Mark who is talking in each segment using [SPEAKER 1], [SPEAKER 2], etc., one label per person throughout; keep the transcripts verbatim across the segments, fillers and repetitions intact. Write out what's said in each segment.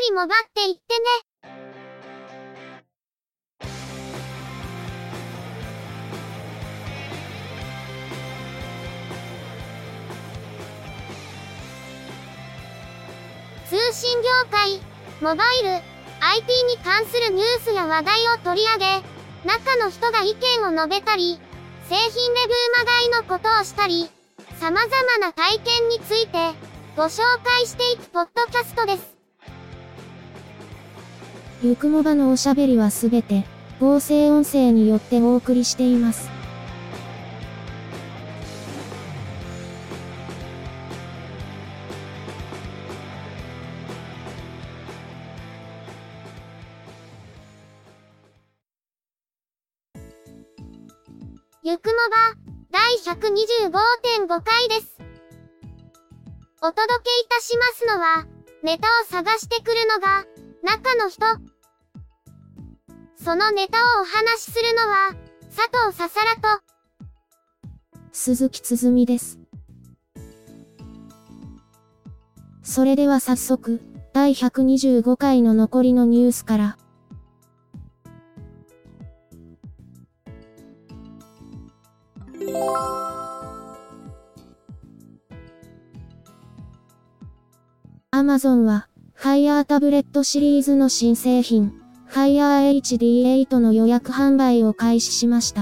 [SPEAKER 1] りもばっていってね。通信業界、モバイル、アイティー に関するニュースや話題を取り上げ、中の人が意見を述べたり、製品レビューまがいのことをしたり、様々な体験についてご紹介していくポッドキャストです。
[SPEAKER 2] ゆくもばのおしゃべりはすべて合成音声によってお送りしています。
[SPEAKER 1] ゆくもばだいひゃくにじゅうごてんごかいです。お届けいたしますのは、ネタを探してくるのが中の人。そのネタをお話しするのは佐藤ささらと
[SPEAKER 2] 鈴木つづみです。それでは早速だいひゃくにじゅうごかいの残りのニュースから。アマゾンは Fire タブレットシリーズの新製品 Fire エイチディーエイト の予約販売を開始しました。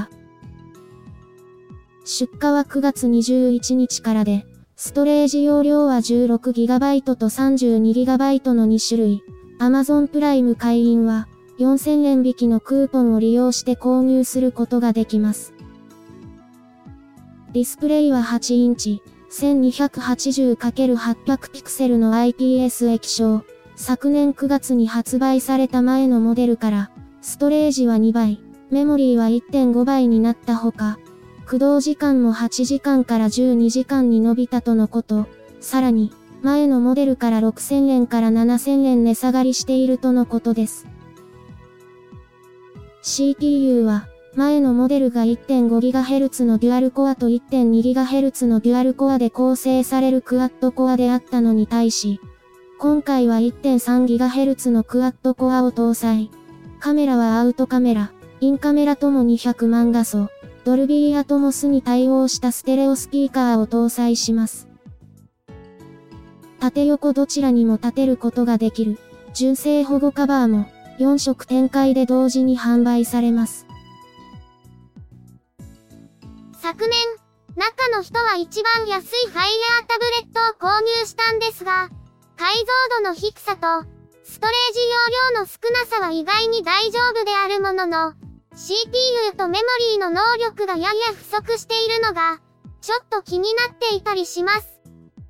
[SPEAKER 2] 出荷はくがつにじゅういちにちからで、ストレージ容量は じゅうろくギガバイト と さんじゅうにギガバイト のにしゅるい。Amazon プライム会員はよんせんえん引きのクーポンを利用して購入することができます。ディスプレイははちインチ、せんにひゃくはちじゅうかけるはっぴゃく ピクセルの アイピーエス 液晶。昨年くがつに発売された前のモデルから、ストレージはにばい、メモリーは いってんごばいになったほか、駆動時間もはちじかんからじゅうにじかんに伸びたとのこと。さらに、前のモデルからろくせんえんからななせんえん値下がりしているとのことです。シーピーユー は、前のモデルが いってんごギガヘルツ のデュアルコアと いってんにギガヘルツ のデュアルコアで構成されるクアッドコアであったのに対し、今回は いってんさんギガヘルツ のクアッドコアを搭載。カメラはアウトカメラ、インカメラともにひゃくまんがそ、ドルビーアトモスに対応したステレオスピーカーを搭載します。縦横どちらにも立てることができる、純正保護カバーもよんしょく展開で同時に販売されます。
[SPEAKER 1] 昨年、中の人は一番安い Fire タブレットを購入したんですが、解像度の低さと、ストレージ容量の少なさは意外に大丈夫であるものの、シーピーユー とメモリーの能力がやや不足しているのが、ちょっと気になっていたりします。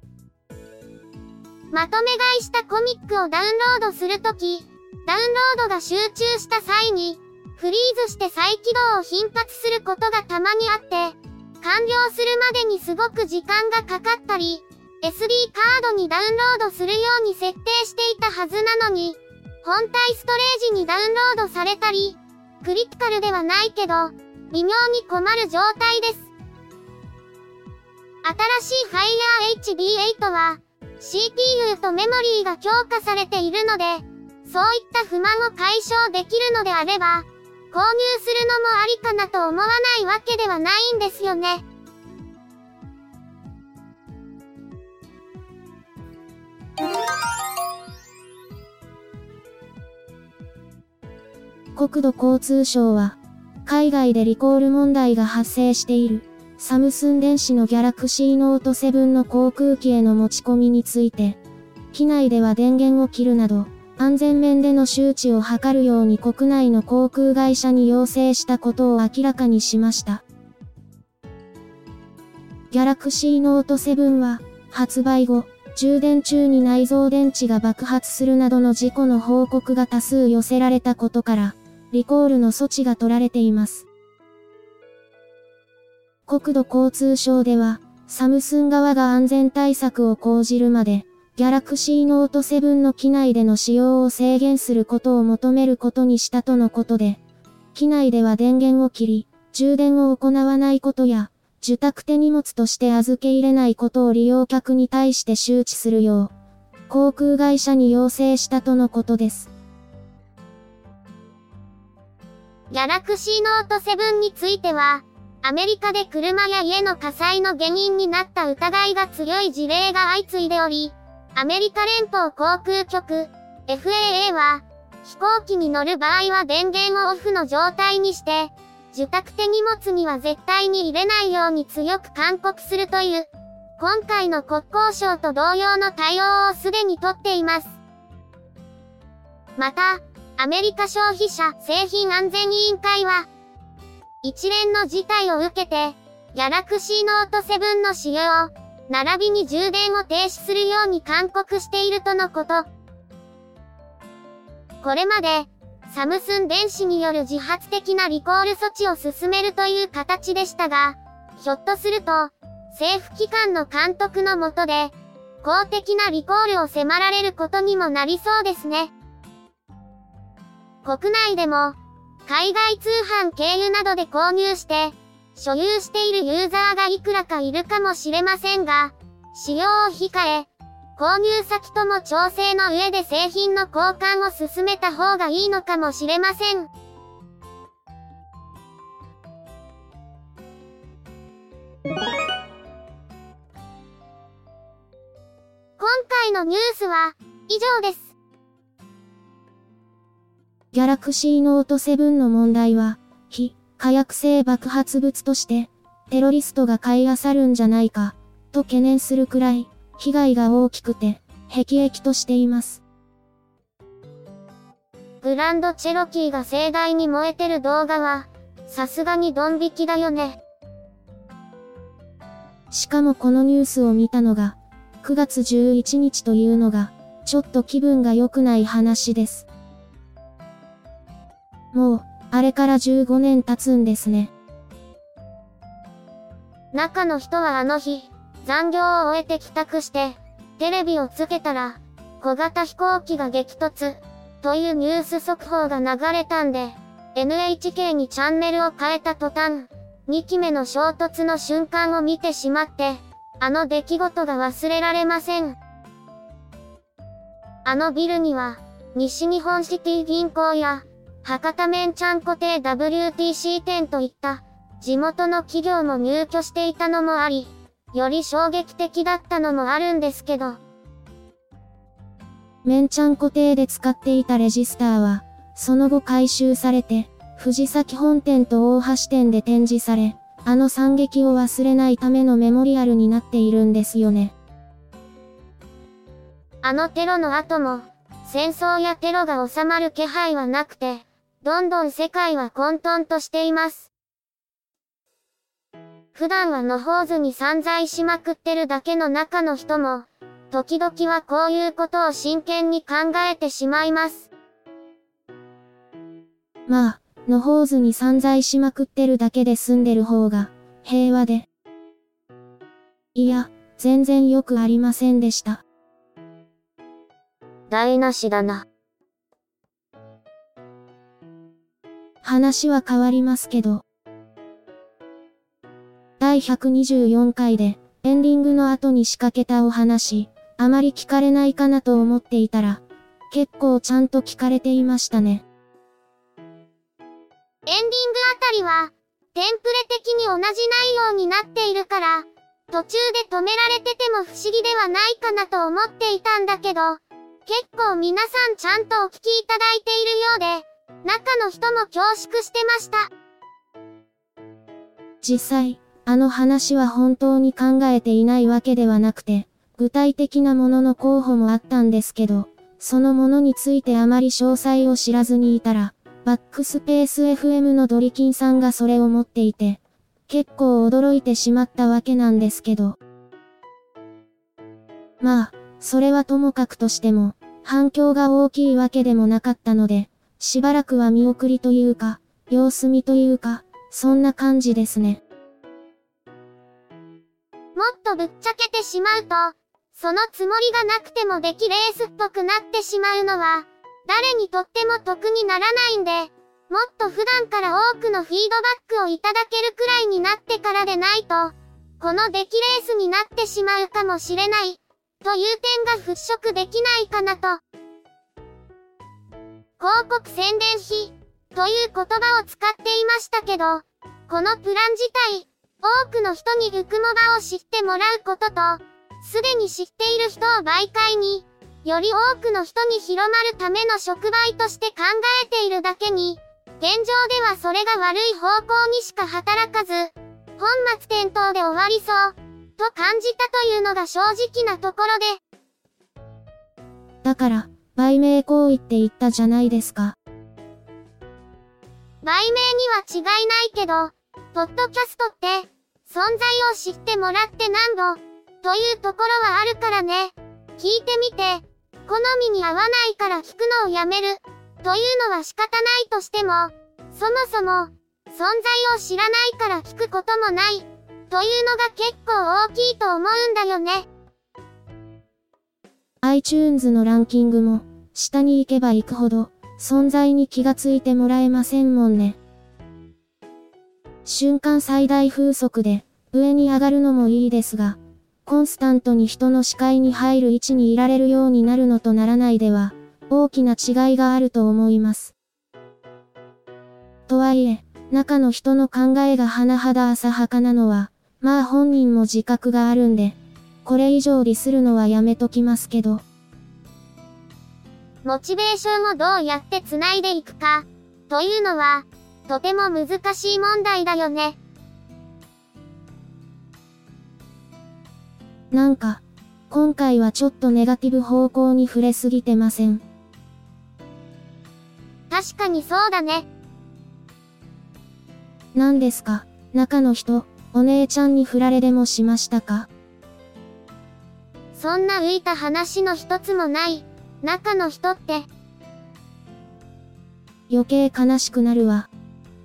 [SPEAKER 1] まとめ買いしたコミックをダウンロードするとき、ダウンロードが集中した際に、フリーズして再起動を頻発することがたまにあって、完了するまでにすごく時間がかかったり、エスディー カードにダウンロードするように設定していたはずなのに、本体ストレージにダウンロードされたり、クリティカルではないけど、微妙に困る状態です。新しい Fire エイチディーエイト は、シーピーユー とメモリーが強化されているので、そういった不満を解消できるのであれば、購入するのもありかなと思わないわけではないんですよね。
[SPEAKER 2] 国土交通省は、海外でリコール問題が発生している、サムスン電子のギャラクシーノートセブンの航空機への持ち込みについて、機内では電源を切るなど、安全面での周知を図るように国内の航空会社に要請したことを明らかにしました。ギャラクシーノートセブンは、発売後、充電中に内蔵電池が爆発するなどの事故の報告が多数寄せられたことから、リコールの措置が取られています。国土交通省では、サムスン側が安全対策を講じるまで、ギャラクシーノートセブンの機内での使用を制限することを求めることにしたとのことで、機内では電源を切り、充電を行わないことや、受託手荷物として預け入れないことを利用客に対して周知するよう、 航空会社に要請したとのことです。
[SPEAKER 1] ギャラクシーノートセブンについては、アメリカで車や家の火災の原因になった疑いが強い事例が相次いでおり、アメリカ連邦航空局 エフエーエー は、飛行機に乗る場合は電源をオフの状態にして、受託手荷物には絶対に入れないように強く勧告するという、今回の国交省と同様の対応をすでにとっています。また、アメリカ消費者製品安全委員会は、一連の事態を受けて、ギャラクシーノートセブンの使用、並びに充電を停止するように勧告しているとのこと。これまで、サムスン電子による自発的なリコール措置を進めるという形でしたが、ひょっとすると、政府機関の監督の下で、公的なリコールを迫られることにもなりそうですね。国内でも、海外通販経由などで購入して、所有しているユーザーがいくらかいるかもしれませんが、使用を控え、購入先とも調整の上で製品の交換を進めた方がいいのかもしれません。今回のニュースは以上です。
[SPEAKER 2] ギャラクシーノートセブンの問題は、非火薬性爆発物として、テロリストが買い漁るんじゃないか、と懸念するくらい、被害が大きくて、辟易としています。
[SPEAKER 1] グランドチェロキーが盛大に燃えてる動画は、さすがにドン引きだよね。
[SPEAKER 2] しかもこのニュースを見たのが、くがつじゅういちにちというのが、ちょっと気分が良くない話です。もう、あれからじゅうごねん経つんですね。
[SPEAKER 1] 中の人はあの日、残業を終えて帰宅して、テレビをつけたら、小型飛行機が激突、というニュース速報が流れたんで、エヌエイチケー にチャンネルを変えた途端、にきめの衝突の瞬間を見てしまって、あの出来事が忘れられません。あのビルには、西日本シティ銀行や、博多メンチャンコ亭 ダブリューティーシー 店といった、地元の企業も入居していたのもあり、より衝撃的だったのもあるんですけど。
[SPEAKER 2] メンチャンコ亭で使っていたレジスターは、その後回収されて、藤崎本店と大橋店で展示され、あの惨劇を忘れないためのメモリアルになっているんですよね。
[SPEAKER 1] あのテロの後も、戦争やテロが収まる気配はなくて、どんどん世界は混沌としています。普段は野放図に散財しまくってるだけの中の人も、時々はこういうことを真剣に考えてしまいます。
[SPEAKER 2] まあ、野放図に散財しまくってるだけで済んでる方が、平和で。いや、全然よくありませんでした。
[SPEAKER 1] 台無しだな。
[SPEAKER 2] 話は変わりますけど。だいひゃくにじゅうよんかいで、エンディングの後に仕掛けたお話、あまり聞かれないかなと思っていたら、結構ちゃんと聞かれていましたね。
[SPEAKER 1] エンディングあたりは、テンプレ的に同じ内容になっているから、途中で止められてても不思議ではないかなと思っていたんだけど、結構皆さんちゃんとお聞きいただいているようで、中の人も恐縮してました。
[SPEAKER 2] 実際、あの話は本当に考えていないわけではなくて、具体的なものの候補もあったんですけど、そのものについてあまり詳細を知らずにいたら、バックスペース エフエム のドリキンさんがそれを持っていて、結構驚いてしまったわけなんですけど。まあ、それはともかくとしても、反響が大きいわけでもなかったので、しばらくは見送りというか、様子見というか、そんな感じですね。
[SPEAKER 1] もっとぶっちゃけてしまうと、そのつもりがなくても出来レースっぽくなってしまうのは、誰にとっても得にならないんで、もっと普段から多くのフィードバックをいただけるくらいになってからでないと、この出来レースになってしまうかもしれない、 という点が払拭できないかなと。広告宣伝費という言葉を使っていましたけど、このプラン自体、多くの人にゆくもばを知ってもらうことと、すでに知っている人を媒介に、より多くの人に広まるための触媒として考えているだけに、現状ではそれが悪い方向にしか働かず、本末転倒で終わりそう、と感じたというのが正直なところで。
[SPEAKER 2] だから、売名行為って言ったじゃないですか。
[SPEAKER 1] 売名には違いないけど、ポッドキャストって、存在を知ってもらってなんぼ、というところはあるからね。聞いてみて、好みに合わないから聞くのをやめる、というのは仕方ないとしても、そもそも、存在を知らないから聞くこともない、というのが結構大きいと思うんだよね。
[SPEAKER 2] iTunes のランキングも、下に行けば行くほど、存在に気がついてもらえませんもんね。瞬間最大風速で、上に上がるのもいいですが、コンスタントに人の視界に入る位置にいられるようになるのとならないでは、大きな違いがあると思います。とはいえ、中の人の考えが甚だ浅はかなのは、まあ本人も自覚があるんで、これ以上利するのはやめときますけど。
[SPEAKER 1] モチベーションをどうやってつないでいくか、というのは、とても難しい問題だよね。
[SPEAKER 2] なんか、今回はちょっとネガティブ方向に触れすぎてません？
[SPEAKER 1] 確かにそうだね。
[SPEAKER 2] なんですか、中の人、お姉ちゃんに振られでもしましたか？
[SPEAKER 1] そんな浮いた話の一つもない、中の人って。
[SPEAKER 2] 余計悲しくなるわ。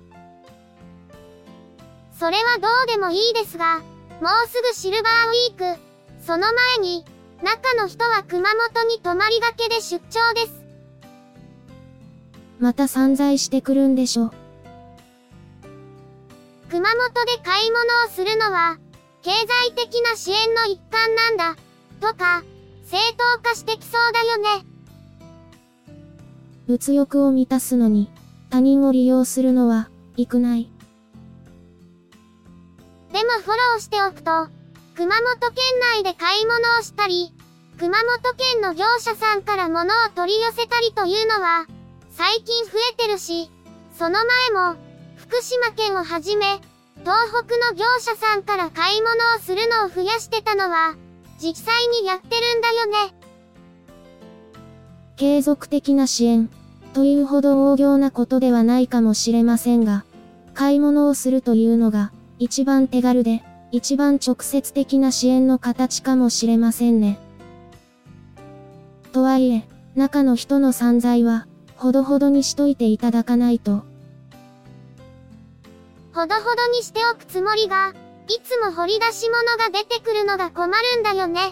[SPEAKER 1] それはどうでもいいですが、もうすぐシルバーウィーク。その前に、中の人は熊本に泊まりがけで出張です。
[SPEAKER 2] また散財してくるんでしょ。
[SPEAKER 1] 熊本で買い物をするのは、経済的な支援の一環なんだ、とか、正当化してきそうだよね。
[SPEAKER 2] 物欲を満たすのに、他人を利用するのは、良くない。
[SPEAKER 1] でもフォローしておくと、熊本県内で買い物をしたり、熊本県の業者さんから物を取り寄せたりというのは、最近増えてるし、その前も、福島県をはじめ、東北の業者さんから買い物をするのを増やしてたのは、実際にやってるんだよね。
[SPEAKER 2] 継続的な支援、というほど大行なことではないかもしれませんが、買い物をするというのが、一番手軽で、一番直接的な支援の形かもしれませんね。とはいえ、中の人の散財は、ほどほどにしといていただかないと。
[SPEAKER 1] ほどほどにしておくつもりが、いつも掘り出し物が出てくるのが困るんだよね。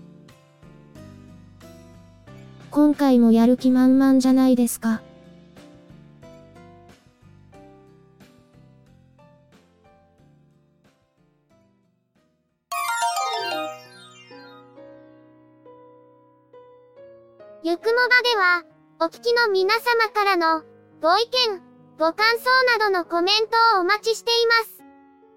[SPEAKER 2] 今回もやる気満々じゃないですか。
[SPEAKER 1] ゆくもばでは、お聞きの皆様からの、ご意見、ご感想などのコメントをお待ちしています。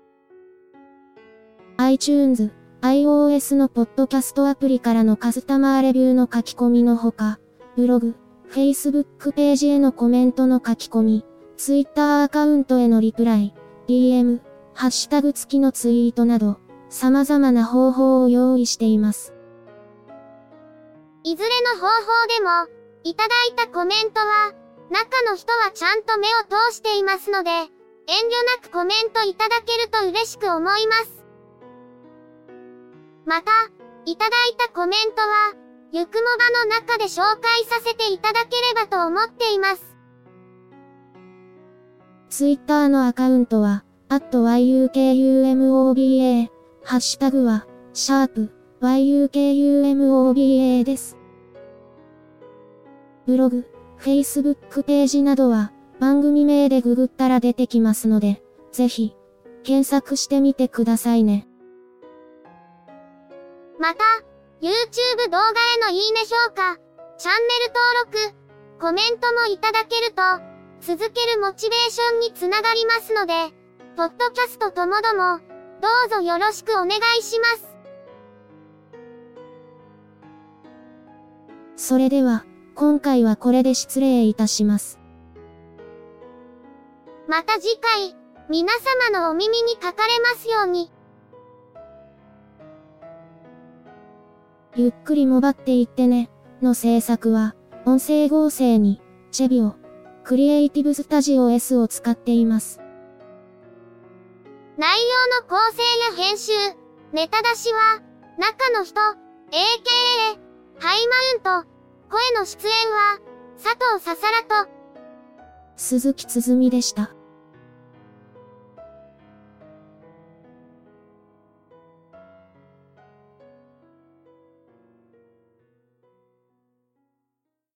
[SPEAKER 2] iTunes、iOS のポッドキャストアプリからのカスタマーレビューの書き込みのほか、ブログ、Facebook ページへのコメントの書き込み、Twitter アカウントへのリプライ、ディーエム、ハッシュタグ付きのツイートなど、様々な方法を用意しています。
[SPEAKER 1] いずれの方法でも、いただいたコメントは、中の人はちゃんと目を通していますので、遠慮なくコメントいただけると嬉しく思います。また、いただいたコメントは、ゆくもばの中で紹介させていただければと思っています。
[SPEAKER 2] Twitter のアカウントは、アットワイユーケーユーエムオービーエー、ハッシュタグは、シャープ、ワイユーケーユーエムオービーエー です。ブログ、Facebook ページなどは、番組名でググったら出てきますので、ぜひ、検索してみてくださいね。
[SPEAKER 1] また、 YouTube 動画へのいいね評価、チャンネル登録、コメントもいただけると、続けるモチベーションにつながりますので、ポッドキャストともども、どうぞよろしくお願いします。
[SPEAKER 2] それでは、今回はこれで失礼いたします。
[SPEAKER 1] また次回、皆様のお耳にかかれますように。
[SPEAKER 2] ゆっくりもばっていってね、の制作は、音声合成に、チェビオ、クリエイティブスタジオ エス を使っています。
[SPEAKER 1] 内容の構成や編集、ネタ出しは、中の人、エーケーエー、ハイマウント、声の出演は、佐藤ささらと、
[SPEAKER 2] 鈴木つづみでした。